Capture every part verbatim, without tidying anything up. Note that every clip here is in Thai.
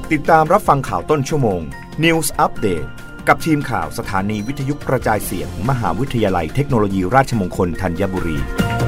ติดตามรับฟังข่าวต้นชั่วโมง News Update กับทีมข่าวสถานีวิทยุกระจายเสียง มหาวิทยาลัยเทคโนโลยีราชมงคลธัญบุรี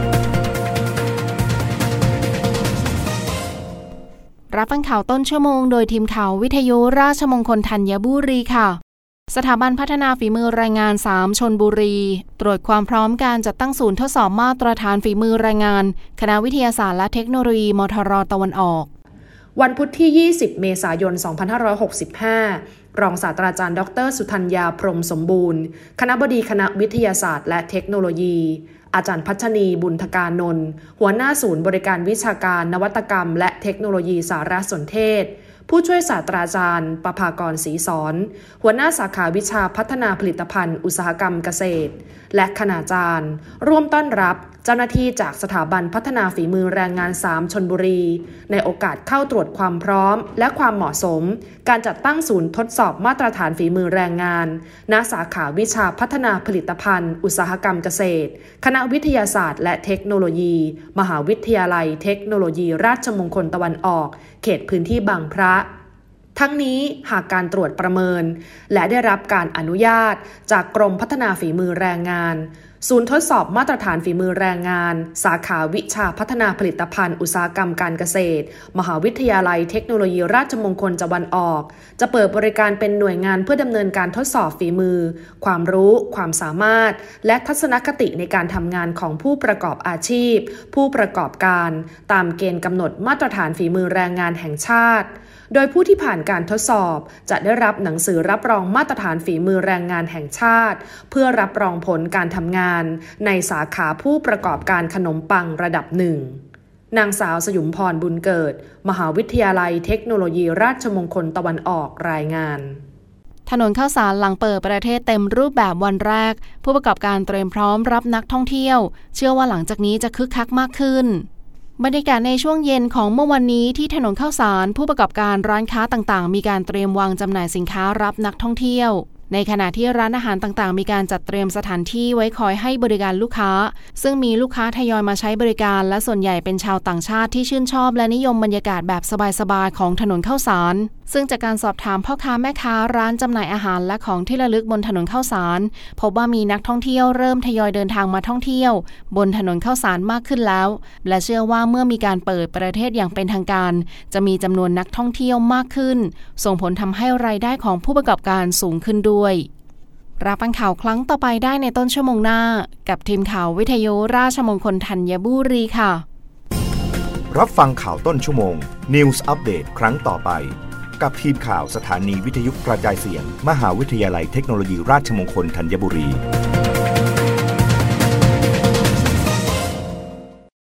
รับฟังข่าวต้นชั่วโมงโดยทีมข่าววิทยุราชมงคลธัญบุรีค่ะสถาบันพัฒนาฝีมือแรงงานสามชลบุรีตรวจความพร้อมการจัดตั้งศูนย์ทดสอบมาตรฐานฝีมือแรงงานคณะวิทยาศาสตร์และเทคโนโลยีมทรตะวันออกวันพุธที่ยี่สิบเมษายนสองพันห้าร้อยหกสิบห้ารองศาสตราจารย์ดรสุธัญญาพรหมสมบูรณ์คณบดีคณะวิทยาศาสตร์และเทคโนโลยีอาจารย์พัชนีบุญทกานนท์หัวหน้าศูนย์บริการวิชาการนวัตกรรมและเทคโนโลยีสารสนเทศผู้ช่วยศาสตราจารย์ประภากรศรีสอนหัวหน้าสาขาวิชาพัฒนาผลิตภัณฑ์อุตสาหกรรมเกษตรและคณาจารย์ร่วมต้อนรับเจ้าหน้าที่จากสถาบันพัฒนาฝีมือแรงงานสามชลบุรีในโอกาสเข้าตรวจความพร้อมและความเหมาะสมการจัดตั้งศูนย์ทดสอบมาตรฐานฝีมือแรงงานณสาขาวิชาพัฒนาผลิตภัณฑ์อุตสาหกรรมเกษตรคณะวิทยาศาสตร์และเทคโนโลยีมหาวิทยาลัยเทคโนโลยีราชมงคลตะวันออกเขตพื้นที่บางพระทั้งนี้หากการตรวจประเมินและได้รับการอนุญาตจากกรมพัฒนาฝีมือแรงงานศูนย์ทดสอบมาตรฐานฝีมือแรงงานสาขาวิชาพัฒนาผลิตภัณฑ์อุตสาหกรรมการเกษตรมหาวิทยาลัยเทคโนโลยีราชมงคลตะวันออกจะเปิดบริการเป็นหน่วยงานเพื่อดำเนินการทดสอบฝีมือความรู้ความสามารถและทัศนคติในการทำงานของผู้ประกอบอาชีพผู้ประกอบการตามเกณฑ์กำหนดมาตรฐานฝีมือแรงงานแห่งชาติโดยผู้ที่ผ่านการทดสอบจะได้รับหนังสือรับรองมาตรฐานฝีมือแรงงานแห่งชาติเพื่อรับรองผลการทำงานในสาขาผู้ประกอบการขนมปังระดับหนึ่งนางสาวสยุมพรบุญเกิดมหาวิทยาลัยเทคโนโลยีราชมงคลตะวันออกรายงานถนนข้าวสารหลังเปิดประเทศเต็มรูปแบบวันแรกผู้ประกอบการเตรียมพร้อมรับนักท่องเที่ยวเชื่อว่าหลังจากนี้จะคึกคักมากขึ้นบรรยากาศในช่วงเย็นของเมื่อวันนี้ที่ถนนข้าวสารผู้ประกอบการร้านค้าต่างๆมีการเตรียมวางจำหน่ายสินค้ารับนักท่องเที่ยวในขณะที่ร้านอาหารต่างๆมีการจัดเตรียมสถานที่ไว้คอยให้บริการลูกค้าซึ่งมีลูกค้าทยอยมาใช้บริการและส่วนใหญ่เป็นชาวต่างชาติที่ชื่นชอบและนิยมบรรยากาศแบบสบายๆของถนนข้าวสารซึ่งจากการสอบถามพ่อค้าแม่ค้าร้านจำหน่ายอาหารและของที่ระลึกบนถนนข้าวสารพบว่ามีนักท่องเที่ยวเริ่มทยอยเดินทางมาท่องเที่ยวบนถนนข้าวสารมากขึ้นแล้วและเชื่อว่าเมื่อมีการเปิดประเทศอย่างเป็นทางการจะมีจำนวนนักท่องเที่ยวมากขึ้นส่งผลทำให้รายได้ของผู้ประกอบการสูงขึ้นด้วยรับฟังข่าวครั้งต่อไปได้ในต้นชั่วโมงหน้ากับทีมข่าววิทยุราชมงคลธัญบุรีค่ะรับฟังข่าวต้นชั่วโมง News Update ครั้งต่อไปกับทีมข่าวสถานีวิทยุกระจายเสียงมหาวิทยาลัยเทคโนโลยีราชมงคลธัญบุรี